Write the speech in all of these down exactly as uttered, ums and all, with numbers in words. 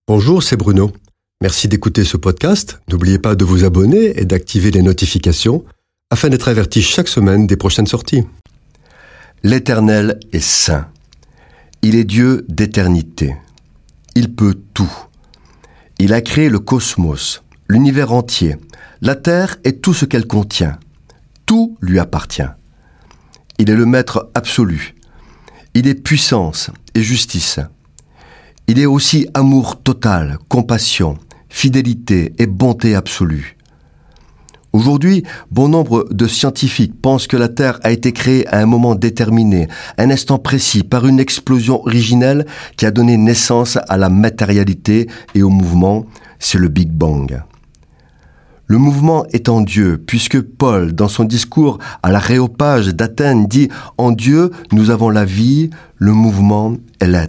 Bonjour, c'est Bruno. Merci d'écouter ce podcast. N'oubliez pas de vous abonner et d'activer les notifications afin d'être averti chaque semaine des prochaines sorties. L'Éternel est saint. Il est Dieu d'éternité. Il peut tout. Il a créé le cosmos, l'univers entier, la terre et tout ce qu'elle contient. Tout lui appartient. Il est le maître absolu. Il est puissance et justice. Il est aussi amour total, compassion, fidélité et bonté absolue. Aujourd'hui, bon nombre de scientifiques pensent que la Terre a été créée à un moment déterminé, un instant précis, par une explosion originelle qui a donné naissance à la matérialité et au mouvement, c'est le Big Bang. Le mouvement est en Dieu, puisque Paul, dans son discours à l'Aréopage d'Athènes, dit « En Dieu, nous avons la vie, le mouvement et l'être ».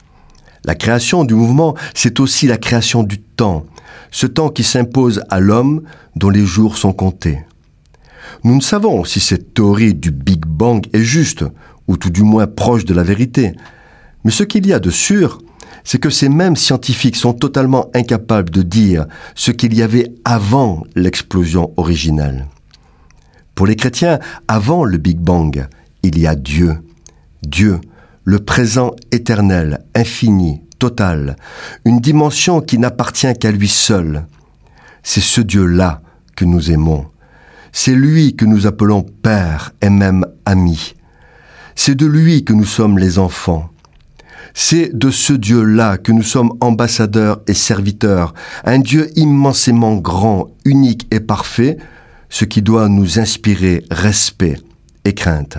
La création du mouvement, c'est aussi la création du temps, ce temps qui s'impose à l'homme dont les jours sont comptés. Nous ne savons si cette théorie du Big Bang est juste, ou tout du moins proche de la vérité. Mais ce qu'il y a de sûr, c'est que ces mêmes scientifiques sont totalement incapables de dire ce qu'il y avait avant l'explosion originelle. Pour les chrétiens, avant le Big Bang, il y a Dieu. Dieu, le présent éternel, infini, total, une dimension qui n'appartient qu'à lui seul. C'est ce Dieu-là que nous aimons. C'est lui que nous appelons Père et même ami. C'est de lui que nous sommes les enfants. C'est de ce Dieu-là que nous sommes ambassadeurs et serviteurs, un Dieu immensément grand, unique et parfait, ce qui doit nous inspirer respect et crainte.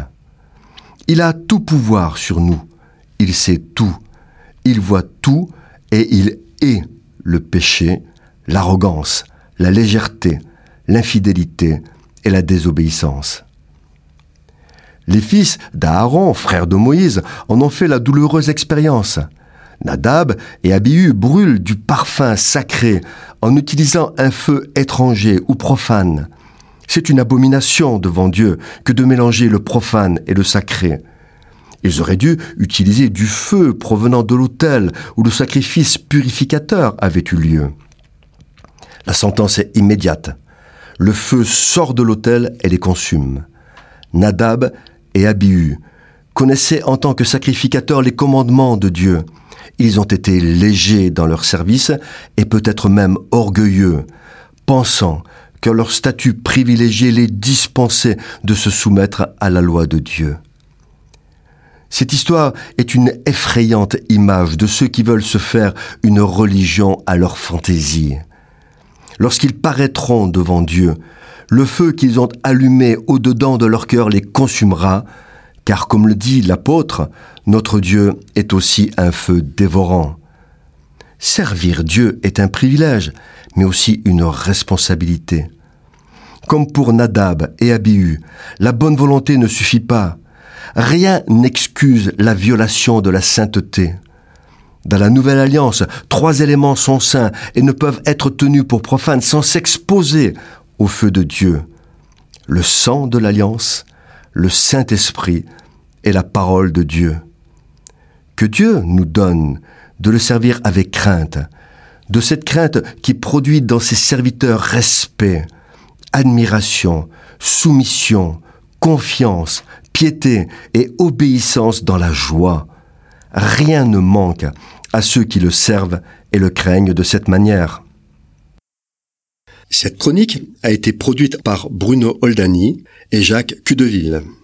Il a tout pouvoir sur nous, il sait tout, il voit tout et il est le péché, l'arrogance, la légèreté, l'infidélité et la désobéissance. Les fils d'Aaron, frères de Moïse, en ont fait la douloureuse expérience. Nadab et Abihu brûlent du parfum sacré en utilisant un feu étranger ou profane. C'est une abomination devant Dieu que de mélanger le profane et le sacré. Ils auraient dû utiliser du feu provenant de l'autel où le sacrifice purificateur avait eu lieu. La sentence est immédiate. Le feu sort de l'autel et les consume. Nadab et Abihu connaissaient en tant que sacrificateurs les commandements de Dieu. Ils ont été légers dans leur service et peut-être même orgueilleux, pensant que leur statut privilégié les dispensait de se soumettre à la loi de Dieu. Cette histoire est une effrayante image de ceux qui veulent se faire une religion à leur fantaisie. Lorsqu'ils paraîtront devant Dieu, le feu qu'ils ont allumé au-dedans de leur cœur les consumera, car comme le dit l'apôtre, notre Dieu est aussi un feu dévorant. Servir Dieu est un privilège, mais aussi une responsabilité. Comme pour Nadab et Abihu, la bonne volonté ne suffit pas. Rien n'excuse la violation de la sainteté. Dans la Nouvelle Alliance, trois éléments sont saints et ne peuvent être tenus pour profanes sans s'exposer au feu de Dieu. Le sang de l'Alliance, le Saint-Esprit et la parole de Dieu. Que Dieu nous donne de le servir avec crainte, de cette crainte qui produit dans ses serviteurs respect, admiration, soumission, confiance, piété et obéissance dans la joie. Rien ne manque à ceux qui le servent et le craignent de cette manière. Cette chronique a été produite par Bruno Oldani et Jacques Cudeville.